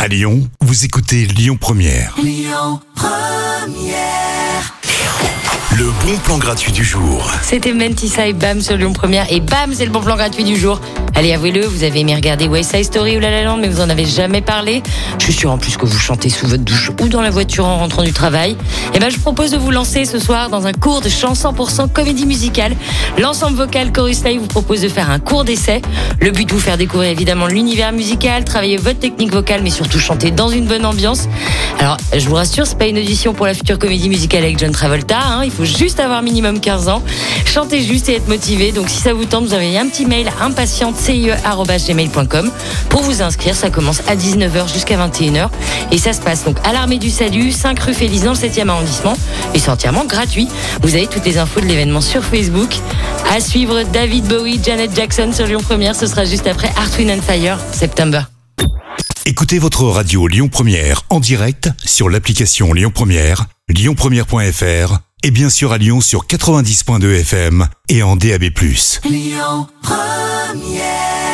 À Lyon, vous écoutez Lyon Première. Lyon Première. Le bon plan gratuit du jour. C'était Mentissa et Bam sur Lyon Première. Et bam, c'est le bon plan gratuit du jour. Allez, avouez-le, vous avez aimé regarder West Side Story ou La La Land, mais vous en avez jamais parlé. Je suis sûre en plus que vous chantez sous votre douche ou dans la voiture en rentrant du travail. Et ben, je propose de vous lancer ce soir dans un cours de chant 100% comédie musicale. L'ensemble vocal Chorus Live vous propose de faire un cours d'essai. Le but de vous faire découvrir évidemment l'univers musical, travailler votre technique vocale, mais surtout chanter dans une bonne ambiance. Alors, je vous rassure, c'est pas une audition pour la future comédie musicale avec John Travolta, hein. Il faut juste avoir minimum 15 ans, chanter juste et être motivé. Donc si ça vous tente, vous envoyez un petit mail à impatiente@gmail.com pour vous inscrire. Ça commence à 19h jusqu'à 21h et ça se passe donc à l'Armée du Salut, 5 rue Félix dans le 7e arrondissement, et c'est entièrement gratuit. Vous avez toutes les infos de l'événement sur Facebook. À suivre, David Bowie, Janet Jackson sur Lyon Première, ce sera juste après Earth, Wind & Fire, September. Écoutez votre radio Lyon Première en direct sur l'application Lyon Première, lyonpremière.fr et bien sûr à Lyon sur 90.2 FM et en DAB+. Lyon Première.